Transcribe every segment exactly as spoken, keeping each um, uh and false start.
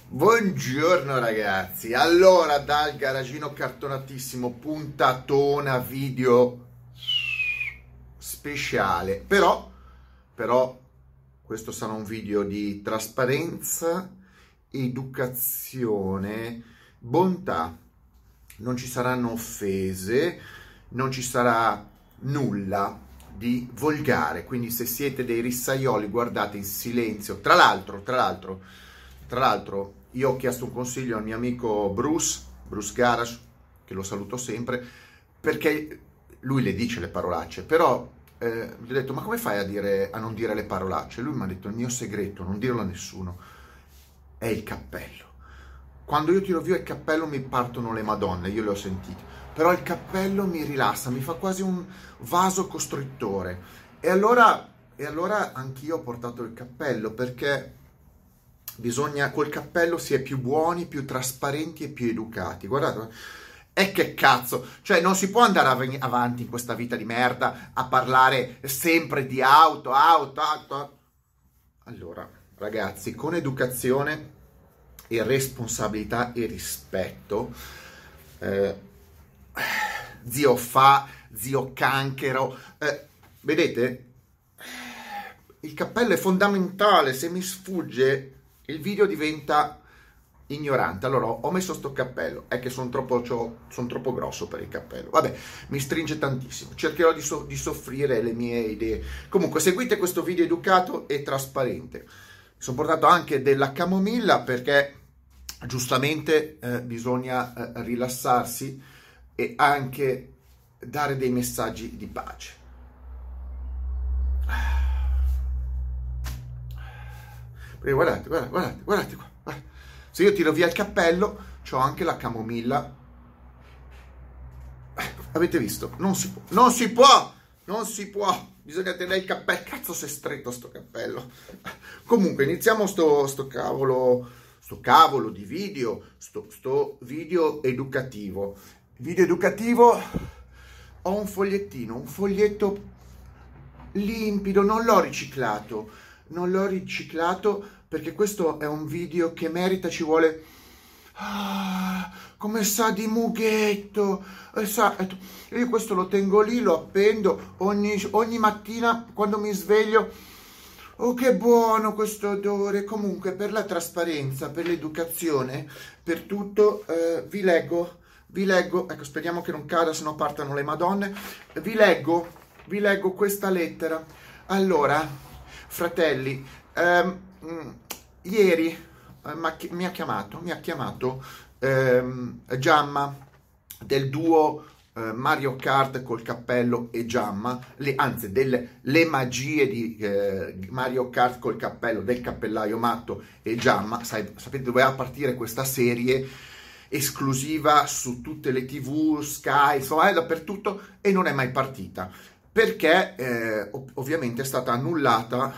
Buongiorno ragazzi, allora dal garagino cartonatissimo, puntatona video speciale, però, però questo sarà un video di trasparenza, educazione, bontà, non ci saranno offese, non ci sarà nulla di volgare, quindi se siete dei rissaioli guardate in silenzio. Tra l'altro, tra l'altro, tra l'altro io ho chiesto un consiglio al mio amico Bruce, Bruce Garage, che lo saluto sempre, perché lui le dice le parolacce, però eh, gli ho detto ma come fai a, dire, a non dire le parolacce? Lui mi ha detto il mio segreto, non dirlo a nessuno, è il cappello. Quando io tiro via il cappello mi partono le madonne, io le ho sentite, però il cappello mi rilassa, mi fa quasi un vaso costrittore. E allora, e allora anch'io ho portato il cappello, perché bisogna, col cappello si è più buoni, più trasparenti e più educati. Guardate, e che cazzo, cioè non si può andare av- avanti in questa vita di merda a parlare sempre di auto, auto, auto. Allora, ragazzi, con educazione e responsabilità e rispetto, eh, zio fa, zio canchero, eh, vedete, il cappello è fondamentale, se mi sfugge il video diventa ignorante. Allora ho messo sto cappello, è che sono troppo, son troppo grosso per il cappello, vabbè, mi stringe tantissimo, cercherò di, so, di soffrire le mie idee. Comunque seguite questo video educato e trasparente. Mi sono portato anche della camomilla perché giustamente eh, bisogna eh, rilassarsi e anche dare dei messaggi di pace. Perché guardate, guardate, guardate, guardate qua. Guardate. Se io tiro via il cappello, c'ho anche la camomilla. Eh, avete visto? Non si può, non si può, non si può. Bisogna tenere il cappello. Cazzo, se è stretto sto cappello. Comunque, iniziamo sto, sto cavolo, sto cavolo di video, sto, sto video educativo. Video educativo, ho un fogliettino, un foglietto limpido, non l'ho riciclato. Non l'ho riciclato perché questo è un video che merita, ci vuole ah, come sa di mughetto, esatto. Io questo lo tengo lì, lo appendo ogni, ogni mattina quando mi sveglio. Oh, che buono questo odore. Comunque, per la trasparenza, per l'educazione, per tutto, eh, vi leggo, vi leggo, ecco, speriamo che non cada, se no partano le madonne. Vi leggo, vi leggo questa lettera. Allora, fratelli, ehm, ieri eh, mi ha chiamato, mi ha chiamato ehm, Giamma del duo eh, Mario Kart col cappello e Giamma, le, anzi delle le magie di eh, Mario Kart col cappello, del cappellaio matto e Giamma. Sai, sapete, doveva partire questa serie esclusiva su tutte le tivù, Sky, insomma, dappertutto, e non è mai partita. Perché eh, ov- ovviamente è stata annullata,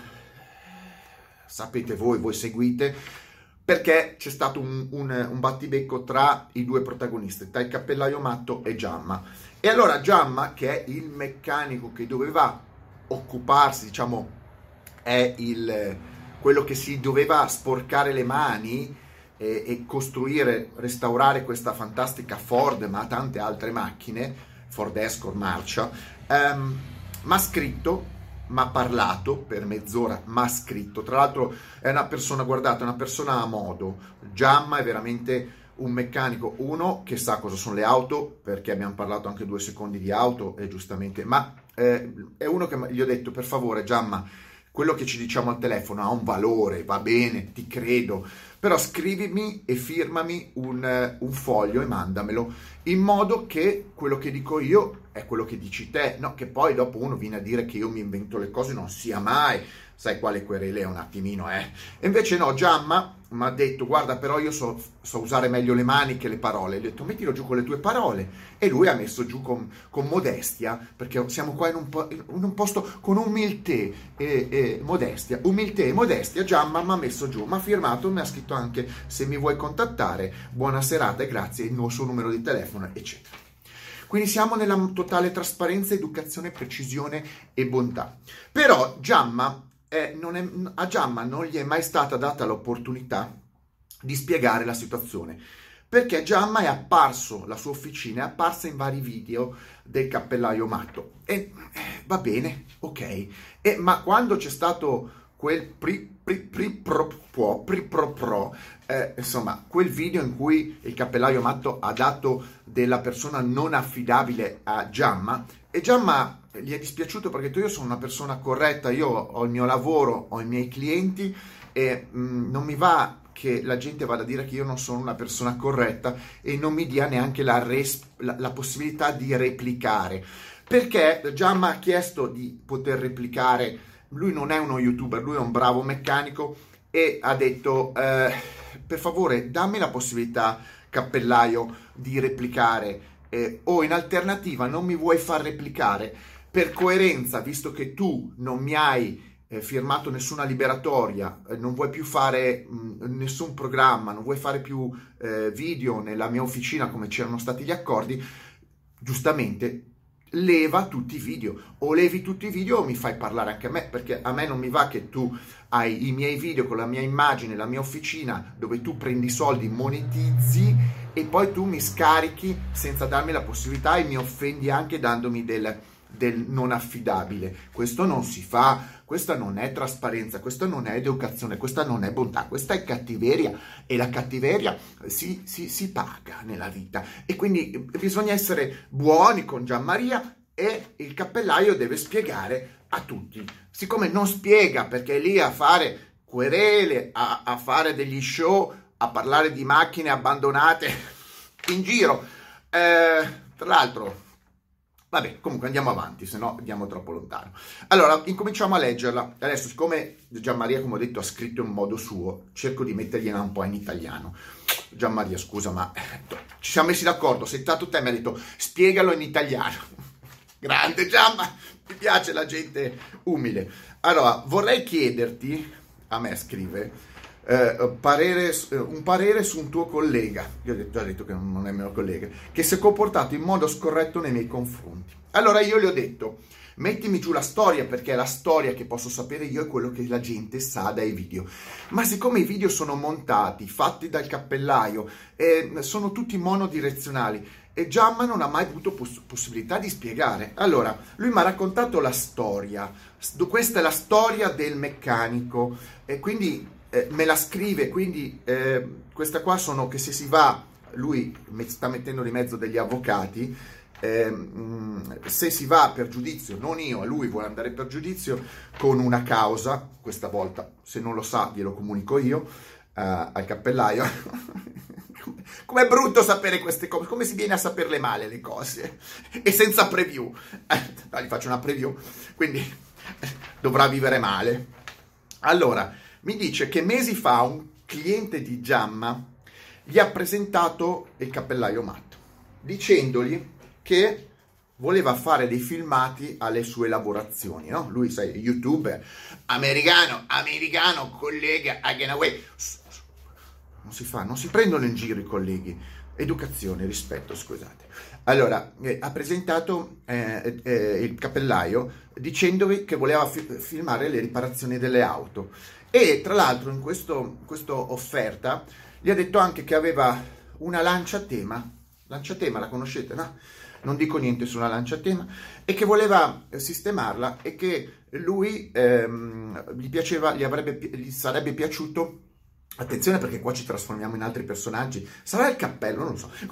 sapete voi, voi seguite, perché c'è stato un, un, un battibecco tra i due protagonisti, tra il cappellaio matto e Giamma. E allora Giamma, che è il meccanico che doveva occuparsi, diciamo, è il, quello che si doveva sporcare le mani e, e costruire, restaurare questa fantastica Ford, ma tante altre macchine, Ford Escort, Marcia, um, mi ha scritto, mi ha parlato per mezz'ora, mi ha scritto. Tra l'altro è una persona, guardate, una persona a modo. Giamma è veramente un meccanico, uno che sa cosa sono le auto, perché abbiamo parlato anche due secondi di auto, e giustamente, ma eh, è uno che gli ho detto, per favore Giamma, quello che ci diciamo al telefono ha un valore, va bene, ti credo, però scrivimi e firmami un, un foglio e mandamelo, in modo che quello che dico io è quello che dici te, no? Che poi dopo uno viene a dire che io mi invento le cose, non sia mai, sai quale querele è un attimino, eh? E invece no, Giamma mi ha detto, guarda, però io so, so usare meglio le mani che le parole. Gli ho detto, mettilo giù con le tue parole. E lui ha messo giù con, con modestia, perché siamo qua in un, po- in un posto con umiltà e, e modestia. Umiltà e modestia, Giamma mi ha messo giù, mi ha firmato, mi ha scritto anche, se mi vuoi contattare, buona serata e grazie, il suo numero di telefono, eccetera. Quindi siamo nella totale trasparenza, educazione, precisione e bontà. Però Giamma, eh, non è, a Giamma non gli è mai stata data l'opportunità di spiegare la situazione. Perché Giamma è apparso, la sua officina è apparsa in vari video del cappellaio matto. E eh, va bene, ok. E, ma quando c'è stato quel pri, pri, pri pro pro, pri pro pro eh, insomma, quel video in cui il cappellaio matto ha dato della persona non affidabile a Giamma, e Giamma gli è dispiaciuto perché io sono una persona corretta, io ho il mio lavoro, ho i miei clienti e mh, non mi va che la gente vada a dire che io non sono una persona corretta e non mi dia neanche la, res- la, la possibilità di replicare, perché Giamma ha chiesto di poter replicare. Lui non è uno youtuber, lui è un bravo meccanico e ha detto eh, per favore dammi la possibilità, cappellaio, di replicare eh, o in alternativa non mi vuoi far replicare per coerenza, visto che tu non mi hai eh, firmato nessuna liberatoria, eh, non vuoi più fare mh, nessun programma, non vuoi fare più eh, video nella mia officina come c'erano stati gli accordi, giustamente leva tutti i video, o levi tutti i video o mi fai parlare anche a me, perché a me non mi va che tu hai i miei video con la mia immagine, la mia officina dove tu prendi soldi, monetizzi e poi tu mi scarichi senza darmi la possibilità e mi offendi anche dandomi del, del non affidabile. Questo non si fa, questa non è trasparenza, questa non è educazione, questa non è bontà, questa è cattiveria, e la cattiveria si, si, si paga nella vita, e quindi bisogna essere buoni con Gianmaria e il cappellaio deve spiegare a tutti. Siccome non spiega perché è lì a fare querele, a, a fare degli show, a parlare di macchine abbandonate in giro, eh, tra l'altro vabbè, comunque andiamo avanti, se no andiamo troppo lontano. Allora, incominciamo a leggerla. Adesso, siccome Gianmaria, come ho detto, ha scritto in modo suo, cerco di mettergliela un po' in italiano. Gianmaria, scusa, ma ci siamo messi d'accordo, sei stato te, mi ha detto, spiegalo in italiano. Grande Giamma, mi piace la gente umile. Allora, vorrei chiederti, a me scrive, Eh, parere, un parere su un tuo collega, io ho già detto che non è mio collega, che si è comportato in modo scorretto nei miei confronti. Allora io gli ho detto, mettimi giù la storia, perché è la storia che posso sapere io, è quello che la gente sa dai video. Ma siccome i video sono montati, fatti dal cappellaio, eh, sono tutti monodirezionali, e Giamma non ha mai avuto poss- possibilità di spiegare. Allora, lui mi ha raccontato la storia, questa è la storia del meccanico, e quindi Eh, me la scrive, quindi eh, questa qua sono che se si va, lui mi sta mettendo di mezzo degli avvocati, eh, mh, se si va per giudizio, non io, a lui vuole andare per giudizio con una causa, questa volta se non lo sa glielo comunico io, eh, al cappellaio. Com'è brutto sapere queste cose, come si viene a saperle male le cose, e senza preview, eh, no, gli faccio una preview, quindi eh, dovrà vivere male. Allora, mi dice che mesi fa un cliente di Giamma gli ha presentato il cappellaio matto, dicendogli che voleva fare dei filmati alle sue lavorazioni, no? Lui, sai, youtuber, americano, americano, collega, again away. Non si fa, non si prendono in giro i colleghi. Educazione, rispetto, scusate. Allora, eh, ha presentato eh, eh, il cappellaio dicendovi che voleva fi- filmare le riparazioni delle auto. E tra l'altro in questo, questa offerta gli ha detto anche che aveva una lanciatema, lanciatema la conoscete, no? Non dico niente sulla lanciatema, e che voleva sistemarla, e che lui ehm, gli piaceva, gli, avrebbe, gli sarebbe piaciuto, attenzione perché qua ci trasformiamo in altri personaggi, sarà il cappello, non lo so,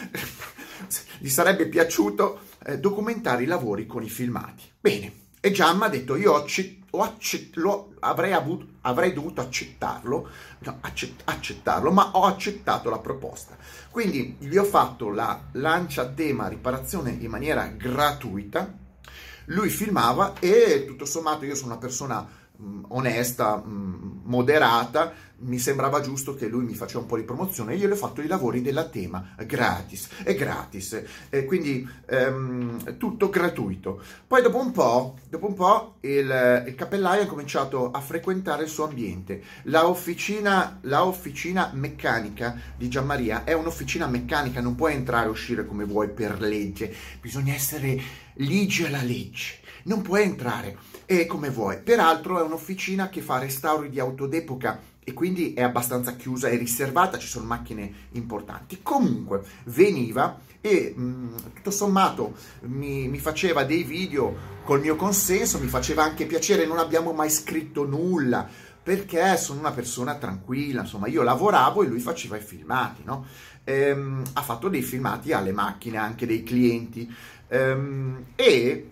gli sarebbe piaciuto eh, documentare i lavori con i filmati. Bene, e Giamma ha detto, io ho accettato, Ho accett- lo, avrei, avuto, avrei dovuto accettarlo, no, accett- accettarlo, ma ho accettato la proposta. Quindi gli ho fatto la lanciatema riparazione in maniera gratuita, lui filmava e tutto sommato io sono una persona mh, onesta, mh, moderata, mi sembrava giusto che lui mi faceva un po' di promozione e io gli ho fatto i lavori della tema gratis, è gratis, e quindi ehm, tutto gratuito. Poi dopo un po', dopo un po' il, il cappellaio ha cominciato a frequentare il suo ambiente. La officina, la officina meccanica di Gianmaria è un'officina meccanica, non puoi entrare e uscire come vuoi per legge, bisogna essere ligi alla legge, non puoi entrare e come vuoi. Peraltro è un'officina che fa restauri di auto d'epoca e quindi è abbastanza chiusa e riservata, ci sono macchine importanti. Comunque veniva e mh, tutto sommato mi, mi faceva dei video col mio consenso, mi faceva anche piacere, non abbiamo mai scritto nulla, perché sono una persona tranquilla, insomma io lavoravo e lui faceva i filmati, no? Ehm, ha fatto dei filmati alle macchine, anche dei clienti, ehm, e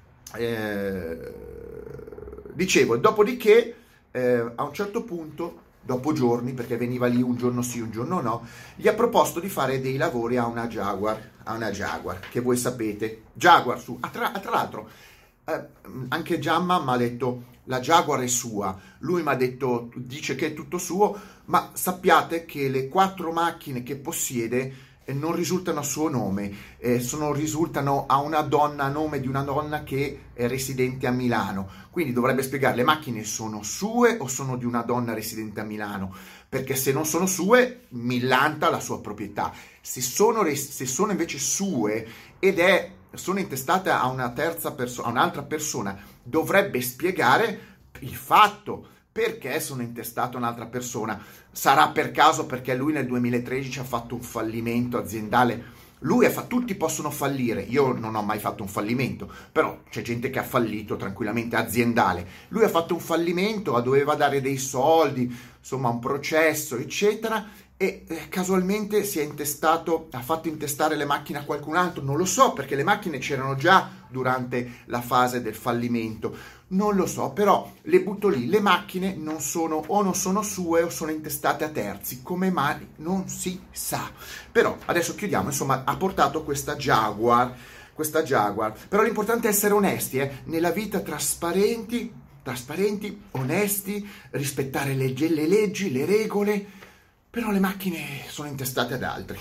eh, dicevo, dopodiché eh, a un certo punto, dopo giorni, perché veniva lì un giorno sì, un giorno no, gli ha proposto di fare dei lavori a una Jaguar, a una Jaguar, che voi sapete, Jaguar su, ah, tra, tra l'altro, eh, anche Giamma mi ha detto, la Jaguar è sua, lui mi ha detto, dice che è tutto suo, ma sappiate che le quattro macchine che possiede eh, non risultano a suo nome, eh, sono, risultano a una donna, a nome di una donna che è residente a Milano, quindi dovrebbe spiegare, le macchine sono sue o sono di una donna residente a Milano? Perché se non sono sue, millanta la sua proprietà, se sono, se sono invece sue ed è sono intestate a una terza persona, a un'altra persona, dovrebbe spiegare il fatto perché sono intestate a un'altra persona. Sarà per caso perché lui nel duemilatredici ha fatto un fallimento aziendale? Lui ha fatto, tutti possono fallire, io non ho mai fatto un fallimento, però c'è gente che ha fallito tranquillamente aziendale. Lui ha fatto un fallimento, doveva dare dei soldi, insomma un processo, eccetera, e eh, casualmente si è intestato, ha fatto intestare le macchine a qualcun altro, non lo so, perché le macchine c'erano già durante la fase del fallimento, non lo so, però le butto lì, le macchine non sono o non sono sue o sono intestate a terzi, come mai non si sa. Però adesso chiudiamo, insomma, ha portato questa Jaguar, questa Jaguar, però l'importante è essere onesti, eh? Nella vita trasparenti, trasparenti, onesti, rispettare le, le leggi, le regole. Però le macchine sono intestate ad altri.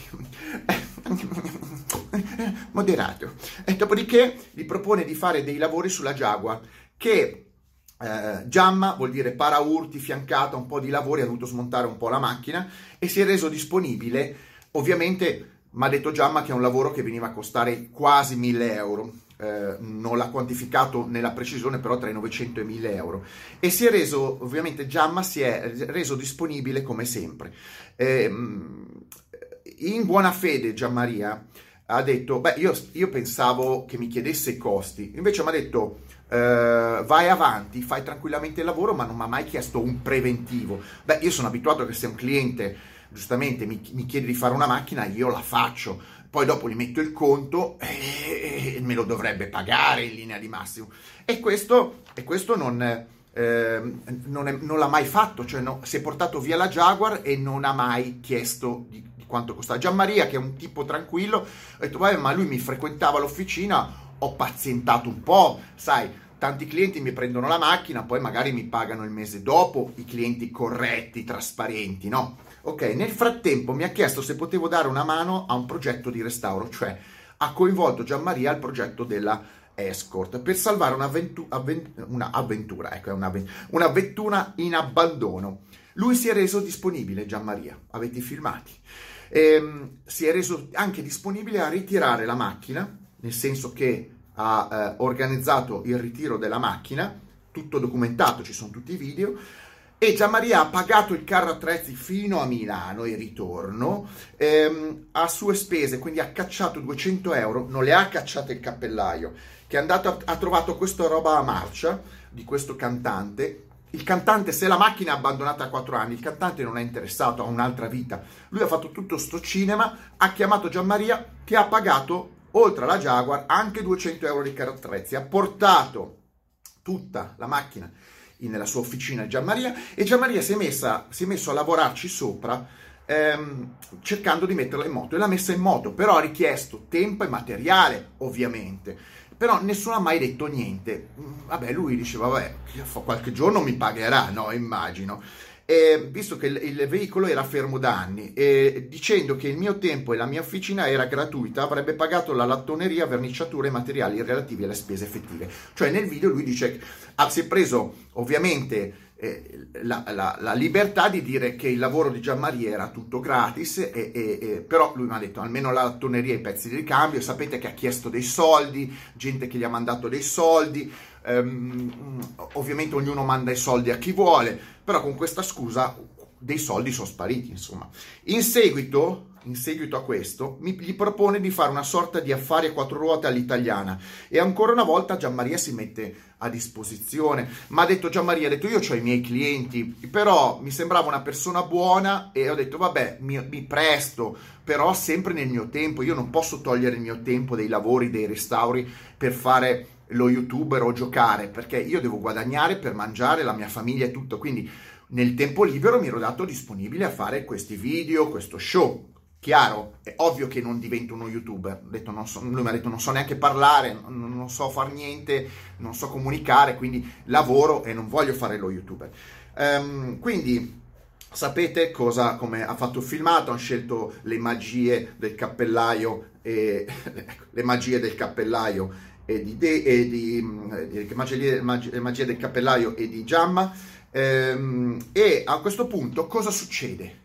Moderato. E dopodiché gli propone di fare dei lavori sulla Jaguar, che eh, Giamma vuol dire paraurti, fiancata, un po' di lavori, ha dovuto smontare un po' la macchina e si è reso disponibile. Ovviamente mi ha detto Giamma che è un lavoro che veniva a costare quasi mille euro. Eh, non l'ha quantificato nella precisione, però tra i novecento e i mille euro, e si è reso, ovviamente Giamma si è reso disponibile come sempre. Eh, in buona fede Gianmaria ha detto, beh io, io pensavo che mi chiedesse i costi, invece mi ha detto eh, vai avanti, fai tranquillamente il lavoro, ma non mi ha mai chiesto un preventivo. Beh, io sono abituato che se un cliente giustamente mi, mi chiede di fare una macchina, io la faccio, poi dopo gli metto il conto e me lo dovrebbe pagare in linea di massimo. E questo, e questo non, eh, non, è, non l'ha mai fatto, cioè no, si è portato via la Jaguar e non ha mai chiesto di, di quanto costava. Gianmaria, che è un tipo tranquillo, ha detto, vabbè, ma lui mi frequentava l'officina, ho pazientato un po', sai, tanti clienti mi prendono la macchina, poi magari mi pagano il mese dopo, i clienti corretti, trasparenti, no? Ok, nel frattempo mi ha chiesto se potevo dare una mano a un progetto di restauro, cioè ha coinvolto Gianmaria al progetto della Escort per salvare una, ventu- avvent- una avventura, ecco, una, una vettura in abbandono. Lui si è reso disponibile, Gianmaria, avete i filmati, ehm, si è reso anche disponibile a ritirare la macchina, nel senso che ha eh, organizzato il ritiro della macchina, tutto documentato, ci sono tutti i video, e Gianmaria ha pagato il carro attrezzi fino a Milano e ritorno ehm, a sue spese, quindi ha cacciato duecento euro, non le ha cacciate il cappellaio, che è andato a, ha trovato questa roba a marcia di questo cantante. Il cantante, se la macchina è abbandonata a quattro anni, il cantante non è interessato, ha un'altra vita. Lui ha fatto tutto sto cinema, ha chiamato Gianmaria che ha pagato, oltre alla Jaguar, anche duecento euro di carro attrezzi, ha portato tutta la macchina nella sua officina Gianmaria, e Gianmaria si è, messa, si è messo a lavorarci sopra ehm, cercando di metterla in moto, e l'ha messa in moto, però ha richiesto tempo e materiale, ovviamente, però nessuno ha mai detto niente. Vabbè, lui diceva, vabbè, qualche giorno mi pagherà, no, immagino. E visto che il, il veicolo era fermo da anni, e dicendo che il mio tempo e la mia officina era gratuita, avrebbe pagato la lattoneria, verniciature e materiali relativi alle spese effettive. Cioè nel video lui dice che ah, si è preso ovviamente eh, la, la, la libertà di dire che il lavoro di Gianmaria era tutto gratis, e, e, e, però lui mi ha detto almeno la lattoneria e i pezzi di ricambio. Sapete che ha chiesto dei soldi, gente che gli ha mandato dei soldi, um, ovviamente ognuno manda i soldi a chi vuole, però con questa scusa dei soldi sono spariti, insomma. In seguito, in seguito a questo, mi, gli propone di fare una sorta di affari a quattro ruote all'italiana e ancora una volta Gianmaria si mette a disposizione. Ma ha detto Gianmaria, ha detto io ho i miei clienti, però mi sembrava una persona buona e ho detto vabbè, mi, mi presto, però sempre nel mio tempo, io non posso togliere il mio tempo dei lavori, dei restauri per fare lo youtuber o giocare, perché io devo guadagnare per mangiare, la mia famiglia e tutto, quindi nel tempo libero mi ero dato disponibile a fare questi video, questo show. Chiaro, è ovvio che non divento uno youtuber. Ho detto, non so, lui mi ha detto non so neanche parlare, non, non so far niente, non so comunicare, quindi lavoro e non voglio fare lo youtuber. Um, quindi sapete cosa, come ha fatto il filmato, hanno scelto le magie del cappellaio, e, le magie del cappellaio e di, de, e di eh, magie, magie, magie del cappellaio e di Giamma. Um, e a questo punto cosa succede?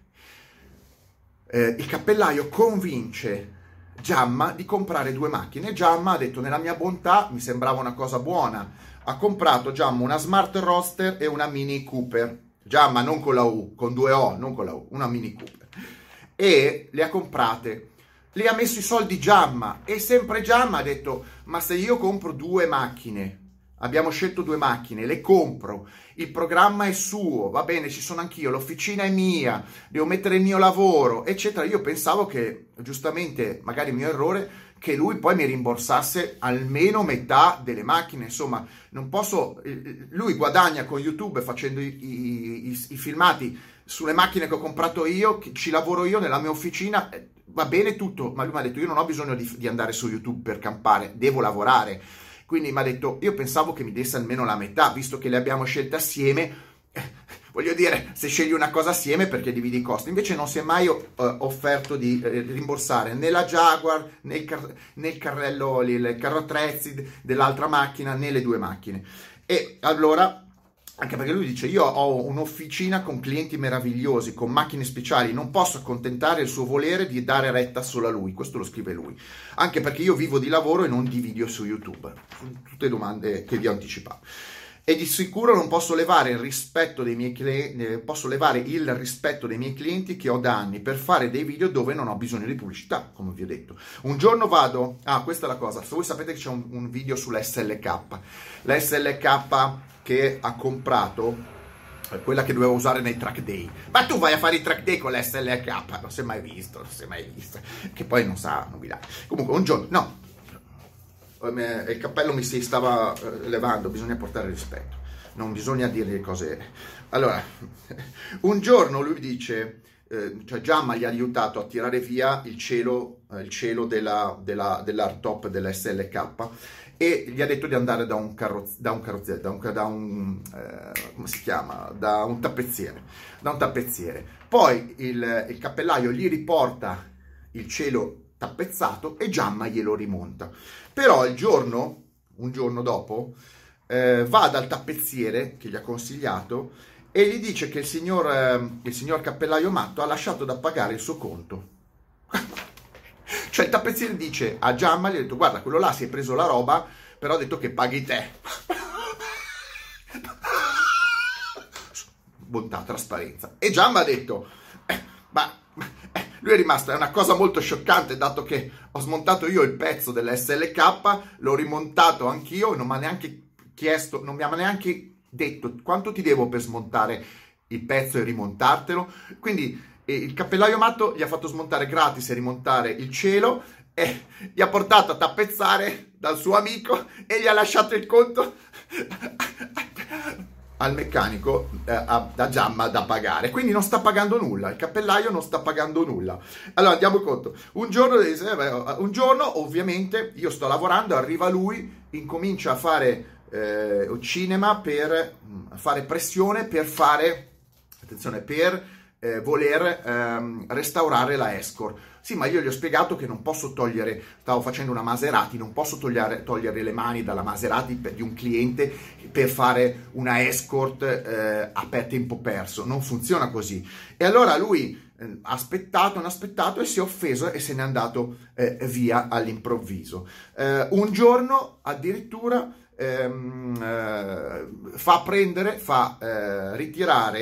Eh, il cappellaio convince Giamma di comprare due macchine. Giamma ha detto nella mia bontà mi sembrava una cosa buona, ha comprato Giamma una Smart Roadster e una Mini Cooper. Giamma non con la U, con due O, non con la U, una Mini Cooper, e le ha comprate. Le ha messo i soldi Giamma e sempre Giamma ha detto ma se io compro due macchine, abbiamo scelto due macchine, le compro, il programma è suo, va bene, ci sono anch'io, l'officina è mia, devo mettere il mio lavoro, eccetera. Io pensavo che, giustamente, magari il mio errore, che lui poi mi rimborsasse almeno metà delle macchine, insomma, non posso, lui guadagna con YouTube facendo i, i, i, i filmati sulle macchine che ho comprato io, ci lavoro io nella mia officina, va bene tutto, ma lui mi ha detto io non ho bisogno di, di andare su YouTube per campare, devo lavorare. Quindi mi ha detto, io pensavo che mi desse almeno la metà, visto che le abbiamo scelte assieme, eh, voglio dire, se scegli una cosa assieme perché dividi i costi. Invece non si è mai eh, offerto di eh, rimborsare né la Jaguar, né il, car- né il carrello, il carro attrezzi dell'altra macchina, né le due macchine. E allora, anche perché lui dice, io ho un'officina con clienti meravigliosi, con macchine speciali, non posso accontentare il suo volere di dare retta solo a lui, questo lo scrive lui. Anche perché io vivo di lavoro e non di video su YouTube. Tutte domande che vi ho anticipato. E di sicuro non posso levare il rispetto dei miei clienti, posso levare il rispetto dei miei clienti che ho da anni per fare dei video dove non ho bisogno di pubblicità, come vi ho detto. Un giorno vado, ah questa è la cosa, se voi sapete che c'è un, un video sulla S L K, la S L K che ha comprato, quella che doveva usare nei track day, ma tu vai a fare i track day con la S L K, non si è mai visto, non si è mai visto, che poi non sa, non vi dà. Comunque un giorno, no, il cappello mi si stava levando, bisogna portare rispetto, non bisogna dire le cose. Allora, un giorno lui dice, eh, cioè Giamma gli ha aiutato a tirare via il cielo, eh, il cielo della, della, dell'hardtop della S L K, e gli ha detto di andare da un carrozz- da un carrozziere, da un, da un eh, come si chiama? Da un tappezziere, da un tappezziere. Poi il, il cappellaio gli riporta il cielo tappezzato e Giamma glielo rimonta. Però il giorno, un giorno dopo, eh, va dal tappezziere che gli ha consigliato e gli dice che il signor, eh, il signor cappellaio matto ha lasciato da pagare il suo conto. Cioè il tappezziere dice a Giamma, gli ha detto guarda quello là si è preso la roba, però ha detto che paghi te. Bontà, trasparenza. E Giamma ha detto eh, ma eh, lui è rimasto, è una cosa molto scioccante dato che ho smontato io il pezzo dell'S L K, l'ho rimontato anch'io, non mi ha neanche chiesto, non mi ha neanche detto quanto ti devo per smontare il pezzo e rimontartelo. Quindi eh, il cappellaio matto gli ha fatto smontare gratis e rimontare il cielo e gli ha portato a tappezzare dal suo amico e gli ha lasciato il conto al meccanico, eh, a, da Giamma da pagare, quindi non sta pagando nulla, il cappellaio non sta pagando nulla. Allora andiamo conto, un giorno, un giorno ovviamente io sto lavorando, arriva lui, incomincia a fare eh, cinema per fare pressione, per fare, attenzione, per eh, voler ehm, restaurare la Escort. Sì, ma io gli ho spiegato che non posso togliere, stavo facendo una Maserati, non posso togliere, togliere le mani dalla Maserati per, di un cliente per fare una Escort eh, a per tempo perso, non funziona così. E allora lui eh, ha aspettato, ha aspettato e si è offeso e se n'è andato eh, via all'improvviso. Eh, un giorno addirittura ehm, eh, fa prendere, fa eh, ritirare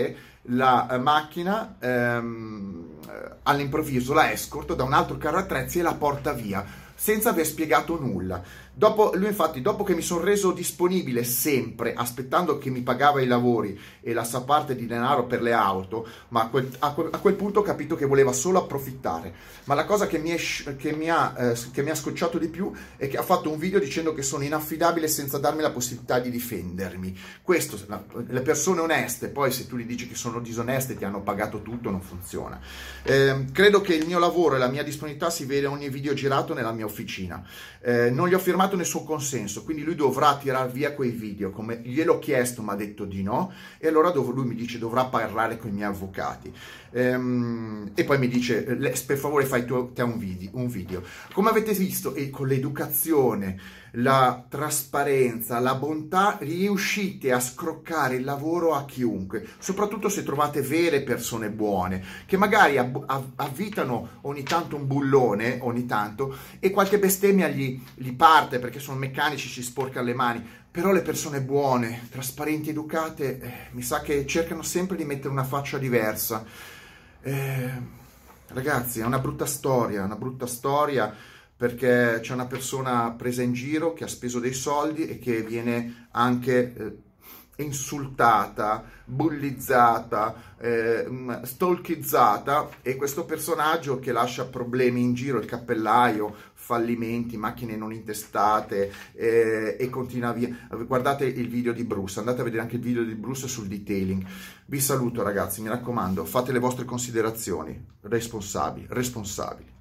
la eh, macchina, ehm, all'improvviso la escort da un altro carro attrezzi e la porta via, senza aver spiegato nulla. Dopo, lui infatti, dopo che mi sono reso disponibile sempre, aspettando che mi pagava i lavori e la sua parte di denaro per le auto, ma a quel, a quel, a quel punto ho capito che voleva solo approfittare. Ma la cosa che mi, è, che, mi ha, eh, che mi ha scocciato di più è che ha fatto un video dicendo che sono inaffidabile senza darmi la possibilità di difendermi. Questo, la, le persone oneste, poi se tu gli dici che sono disoneste, ti hanno pagato tutto, non funziona. Eh, credo che il mio lavoro e la mia disponibilità si vede ogni video girato nella mia officina. Eh, non gli ho firmato nessun consenso, quindi lui dovrà tirar via quei video, come gliel'ho chiesto ma ha detto di no, e allora dov- lui mi dice dovrà parlare con i miei avvocati. Ehm, e poi mi dice per favore fai tu, te un video, un video. Come avete visto, e con l'educazione, la trasparenza, la bontà, riuscite a scroccare il lavoro a chiunque, soprattutto se trovate vere persone buone, che magari av- av- avvitano ogni tanto un bullone, ogni tanto, e qualche bestemmia gli, gli parte perché sono meccanici, ci sporcano le mani. Però le persone buone, trasparenti, educate, eh, mi sa che cercano sempre di mettere una faccia diversa. Eh, ragazzi, è una brutta storia, una brutta storia, perché c'è una persona presa in giro che ha speso dei soldi e che viene anche eh, insultata, bullizzata, eh, stalkizzata, e questo personaggio che lascia problemi in giro, il cappellaio, fallimenti, macchine non intestate, eh, e continua via. Guardate il video di Bruce, andate a vedere anche il video di Bruce sul detailing. Vi saluto ragazzi, mi raccomando, fate le vostre considerazioni, responsabili, responsabili.